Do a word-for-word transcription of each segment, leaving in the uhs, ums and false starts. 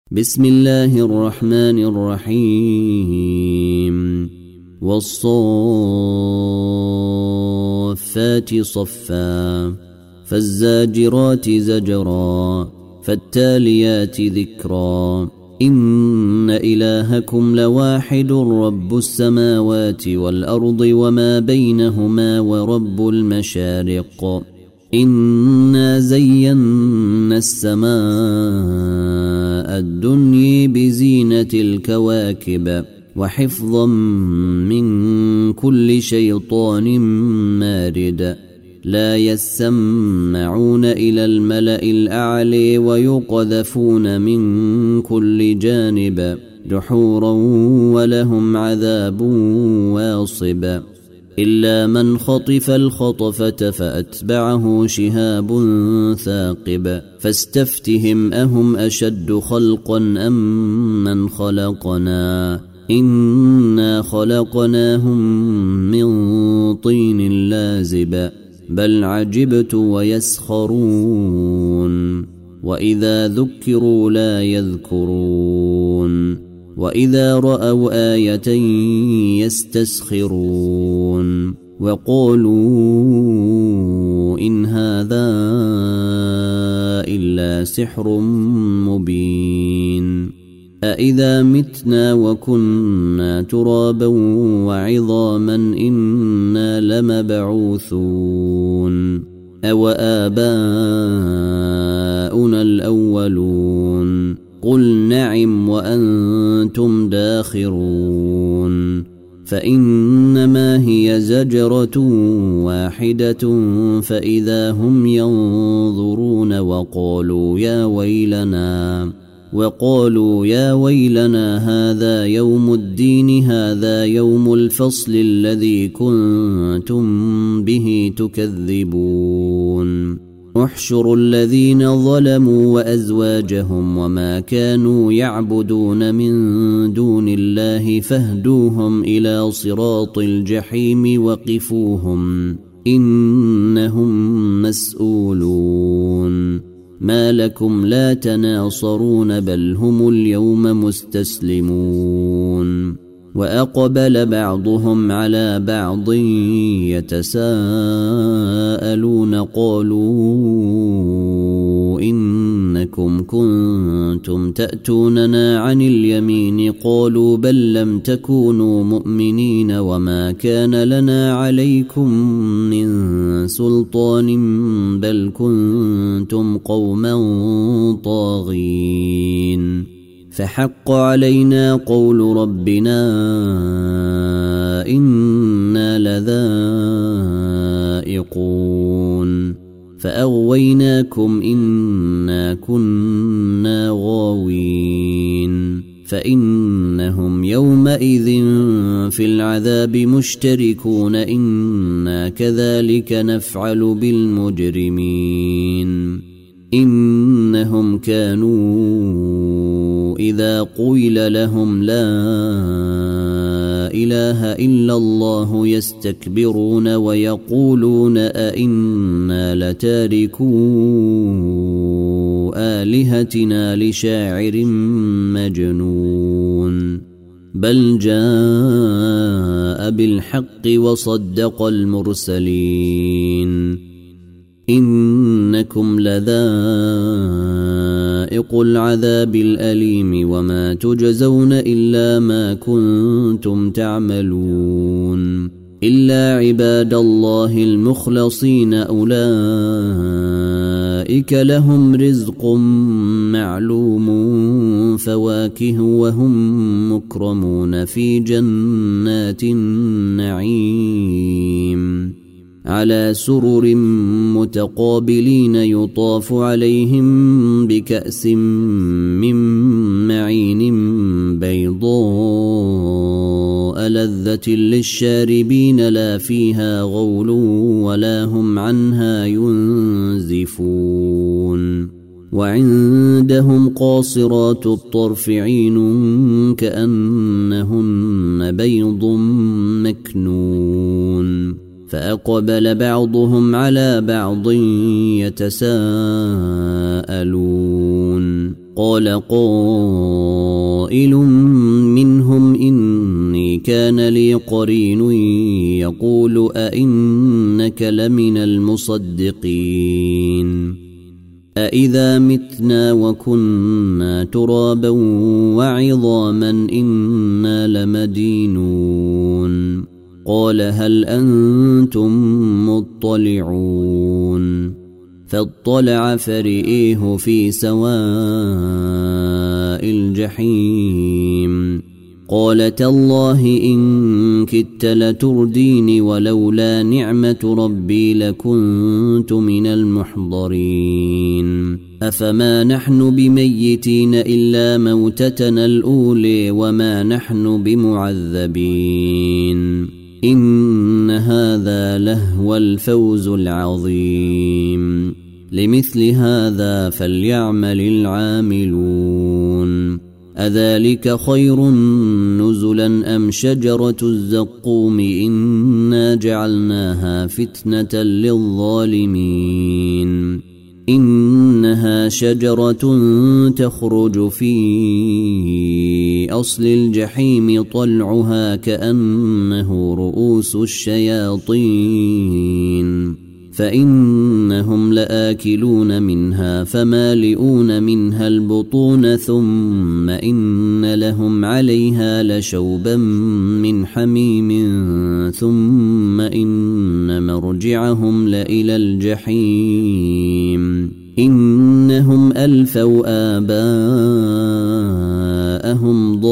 بسم الله الرحمن الرحيم والصافات صفا فالزاجرات زجرا فالتاليات ذكرا إن إلهكم لواحد رب السماوات والأرض وما بينهما ورب المشارق إنا زينا السماء الدنيا بزينة الكواكب وحفظا من كل شيطان مارد لا يسمعون إلى الملأ الأعلى ويقذفون من كل جانب دحورا ولهم عذاب واصب إلا من خطف الخطفة فأتبعه شهاب ثاقب فاستفتهم أهم أشد خلقا أم من خلقنا إنا خلقناهم من طين لازب بل عجبت ويسخرون وإذا ذكروا لا يذكرون وإذا رأوا آية يستسخرون وقالوا إن هذا إلا سحر مبين أإذا متنا وكنا ترابا وعظاما إنا لمبعوثون أو آباؤنا الأولون قل نعم وأنتم داخرون فإنما هي زجرة واحدة فإذا هم ينظرون وقالوا يا ويلنا وقالوا يا ويلنا هذا يوم الدين هذا يوم الفصل الذي كنتم به تكذبون احشروا الذين ظلموا وأزواجهم وما كانوا يعبدون من دون الله فاهدوهم إلى صراط الجحيم وقفوهم إنهم مسؤولون ما لكم لا تناصرون بل هم اليوم مستسلمون وأقبل بعضهم على بعض يتساءلون قالوا إنكم كنتم تأتوننا عن اليمين قالوا بل لم تكونوا مؤمنين وما كان لنا عليكم من سلطان بل كنتم قوما طاغين فحق علينا قول ربنا إنا لذائقون فأغويناكم إنا كنا غاوين فإنهم يومئذ في العذاب مشتركون إنا كذلك نفعل بالمجرمين إنهم كانوا إذا قيل لهم لا إله إلا الله يستكبرون ويقولون أئنا لتاركو آلهتنا لشاعر مجنون بل جاء بالحق وصدق المرسلين إنكم لذائق العذاب الأليم وما تجزون إلا ما كنتم تعملون إلا عباد الله المخلصين أولئك لهم رزق معلوم فواكه وهم مكرمون في جنات النعيم على سرر متقابلين يطاف عليهم بكأس من معين بيضاء لذة للشاربين لا فيها غول ولا هم عنها ينزفون وعندهم قاصرات الطرف عين كأنهن بيض مكنون فأقبل بعضهم على بعض يتساءلون قال قائل منهم إني كان لي قرين يقول أئنك لمن المصدقين أإذا متنا وكنا ترابا وعظاما إنا لمدينون قال هل أنتم مطلعون فاطلع فرئيه في سواء الجحيم قال تالله إن كدت لترديني ولولا نعمة ربي لكنت من المحضرين أفما نحن بميتين إلا موتتنا الأولى وما نحن بمعذبين إن هذا لهو الفوز العظيم لمثل هذا فليعمل العاملون أذلك خير نزلا أم شجرة الزقوم إنا جعلناها فتنة للظالمين إنها شجرة تخرج في أصل الجحيم طلعها كأنه رؤوس الشياطين فإنهم لآكلون منها فمالئون منها البطون ثم إن لهم عليها لشوبا من حميم ثم إن مرجعهم لإلى الجحيم إنهم ألفوا آباءهم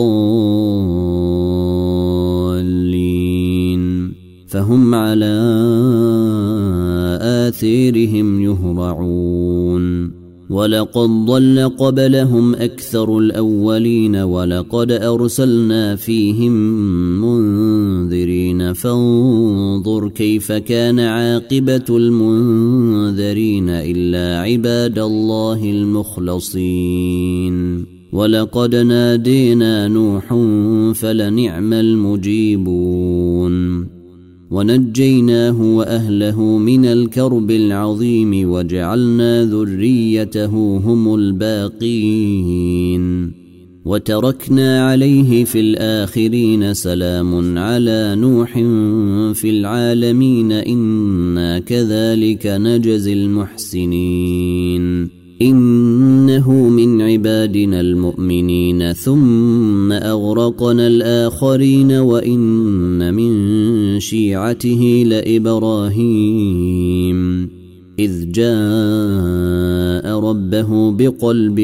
ضالين فهم على آثارهم يهرعون ولقد ضل قبلهم أكثر الأولين ولقد أرسلنا فيهم منذرين فانظر كيف كان عاقبة المنذرين إلا عباد الله المخلصين ولقد نادينا نوح فلنعم المجيبون ونجيناه وأهله من الكرب العظيم وجعلنا ذريته هم الباقين وتركنا عليه في الآخرين سلام على نوح في العالمين إنا كذلك نجزي المحسنين إنه من عبادنا المؤمنين ثم أغرقنا الآخرين وإن من شيعته لإبراهيم إذ جاء ربه بقلب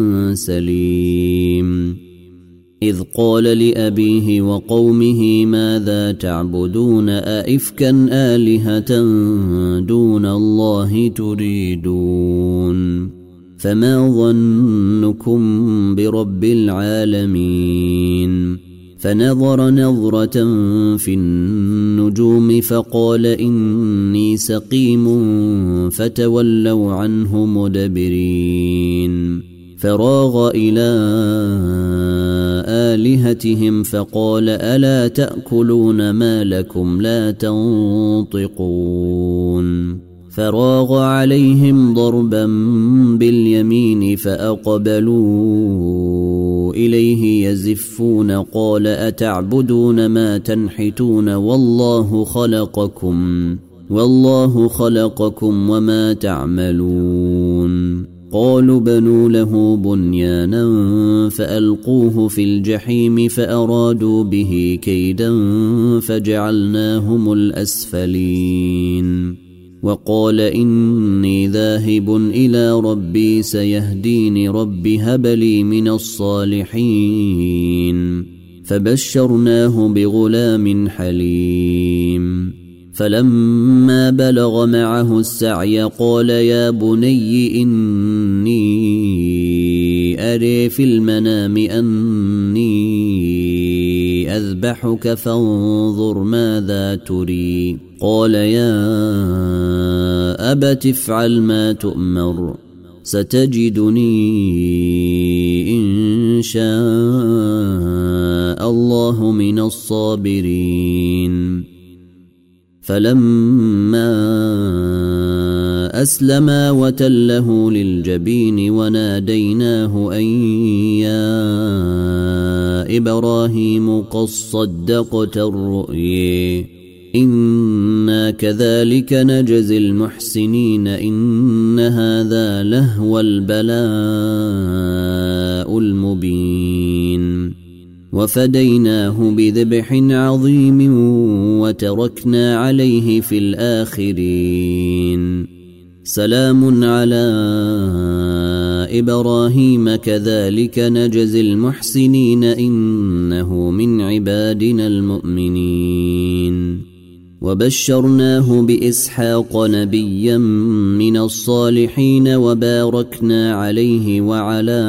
سليم إذ قال لأبيه وقومه ماذا تعبدون أئفكا آلهة دون الله تريدون فما ظنكم برب العالمين فنظر نظرة في النجوم فقال إني سقيم فتولوا عنه مدبرين فراغ إلى آلهتهم فقال ألا تأكلون ما لكم لا تنطقون فراغ عليهم ضربا باليمين فأقبلوا إليه يزفون قال أتعبدون ما تنحتون والله خلقكم والله خلقكم وما تعملون قالوا بنوا له بنيانا فألقوه في الجحيم فأرادوا به كيدا فجعلناهم الأسفلين وقال إني ذاهب إلى ربي سيهديني رب هب لي من الصالحين فبشرناه بغلام حليم فلما بلغ معه السعي قال يا بني إني أري في المنام أني أذبحك فانظر ماذا تري قال يا أبت افعل ما تؤمر ستجدني إن شاء الله من الصابرين فلما فأسلما وتله للجبين وناديناه أن يا إبراهيم قد صدقت الرؤيا إنا كذلك نجزي المحسنين إن هذا لهو البلاء المبين وفديناه بذبح عظيم وتركنا عليه في الآخرين سلام على إبراهيم كذلك نجزي المحسنين إنه من عبادنا المؤمنين وبشرناه بإسحاق نبيا من الصالحين وباركنا عليه وعلى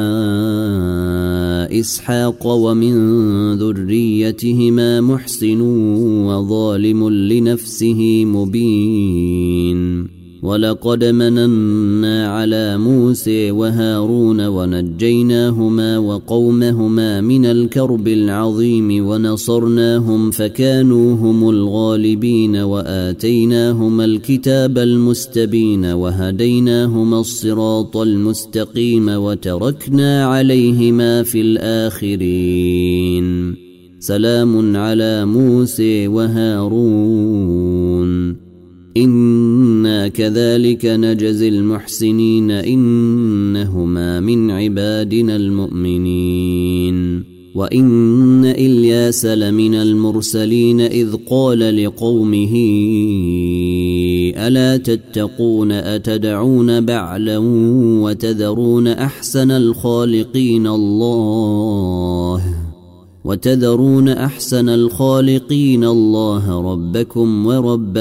إسحاق ومن ذريتهما محسن وظالم لنفسه مبين ولقد مننا على موسى وهارون ونجيناهما وقومهما من الكرب العظيم ونصرناهم فكانوا هم الغالبين وآتيناهما الكتاب المستبين وهديناهما الصراط المستقيم وتركنا عليهما في الآخرين سلام على موسى وهارون إنا كذلك نجزي المحسنين إنهما من عبادنا المؤمنين وإن إلياس لمن المرسلين إذ قال لقومه ألا تتقون أتدعون بعلا وتذرون أحسن الخالقين الله وتذرون أحسن الخالقين الله ربكم ورب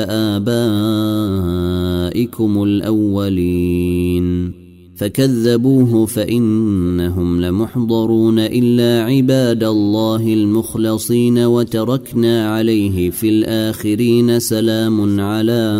آبائكم الأولين فكذبوه فإنهم لمحضرون إلا عباد الله المخلصين وتركنا عليه في الآخرين سلام على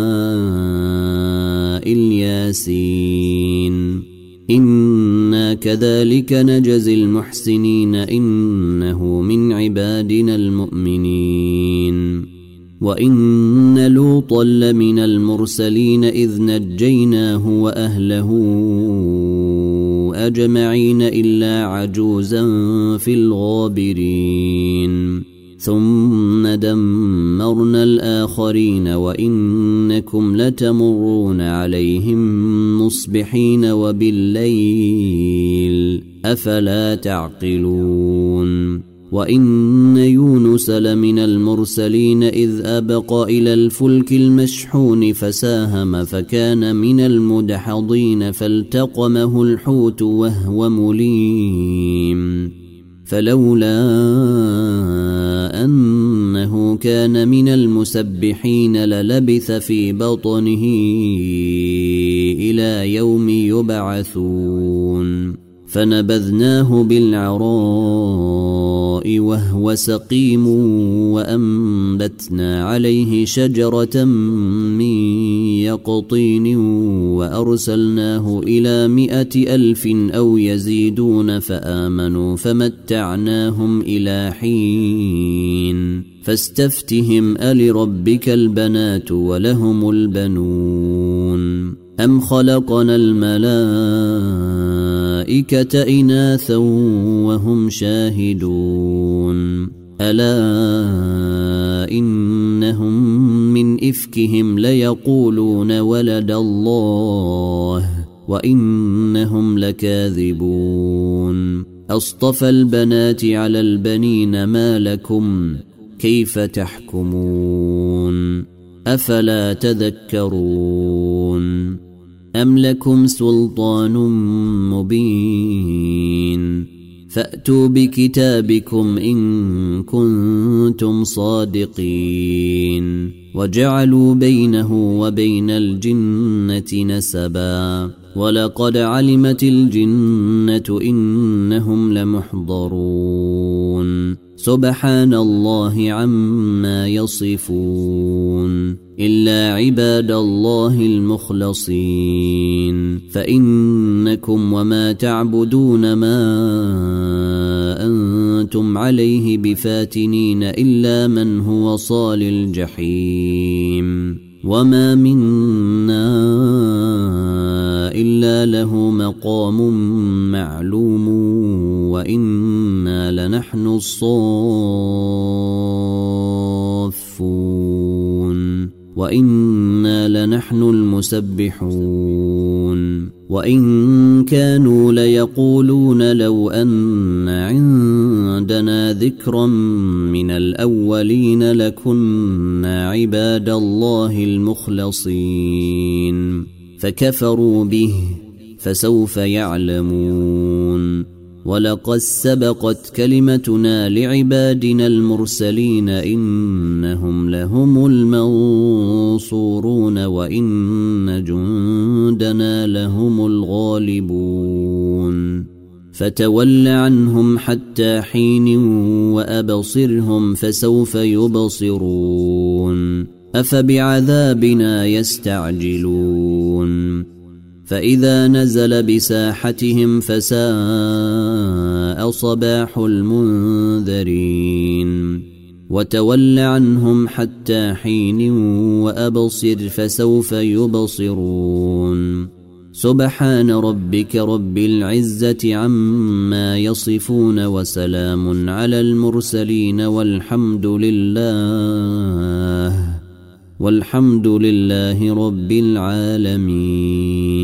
الياسين إنا كذلك نجزي المحسنين إنه من عبادنا المؤمنين وإن لوطا لمن المرسلين إذ نجيناه وأهله أجمعين إلا عجوزا في الغابرين ثم دمرنا الآخرين وإنكم لتمرون عليهم مصبحين وبالليل أفلا تعقلون وإن يونس لمن المرسلين إذ أبق إلى الفلك المشحون فساهم فكان من المدحضين فالتقمه الحوت وهو مليم فلولا أنه كان من المسبحين للبث في بطنه إلى يوم يبعثون فنبذناه بالعراء وهو سقيم وأنبتنا عليه شجرة من يقطين وأرسلناه إلى مائة ألف أو يزيدون فآمنوا فمتعناهم إلى حين فاستفتهم ألربك البنات ولهم البنون أم خلقنا الملائكة إناثا وهم شاهدون ألا إنهم من إفكهم ليقولون ولد الله وإنهم لكاذبون أصطفى البنات على البنين ما لكم كيف تحكمون أفلا تذكرون أم لكم سلطان مبين فأتوا بكتابكم إن كنتم صادقين وجعلوا بينه وبين الجنة نسبا ولقد علمت الجنة إنهم لمحضرون سبحان الله عما يصفون إلا عباد الله المخلصين فإنكم وما تعبدون ما أنتم عليه بفاتنين إلا من هو صال الجحيم وما منا إلا له مقام معلوم وإنا لنحن الصافون وإنا لنحن المسبحون وإن كانوا ليقولون لو أن عندنا ذكرا من الأولين لكنا عباد الله المخلصين فكفروا به فسوف يعلمون ولقد سبقت كلمتنا لعبادنا المرسلين إنهم لهم المنصورون وإن جندنا لهم الغالبون فتول عنهم حتى حين وأبصرهم فسوف يبصرون أفبعذابنا يستعجلون فإذا نزل بساحتهم فساء صباح المنذرين وتول عنهم حتى حين وأبصر فسوف يبصرون سبحان ربك رب العزة عما يصفون وسلام على المرسلين والحمد لله والحمد لله رب العالمين.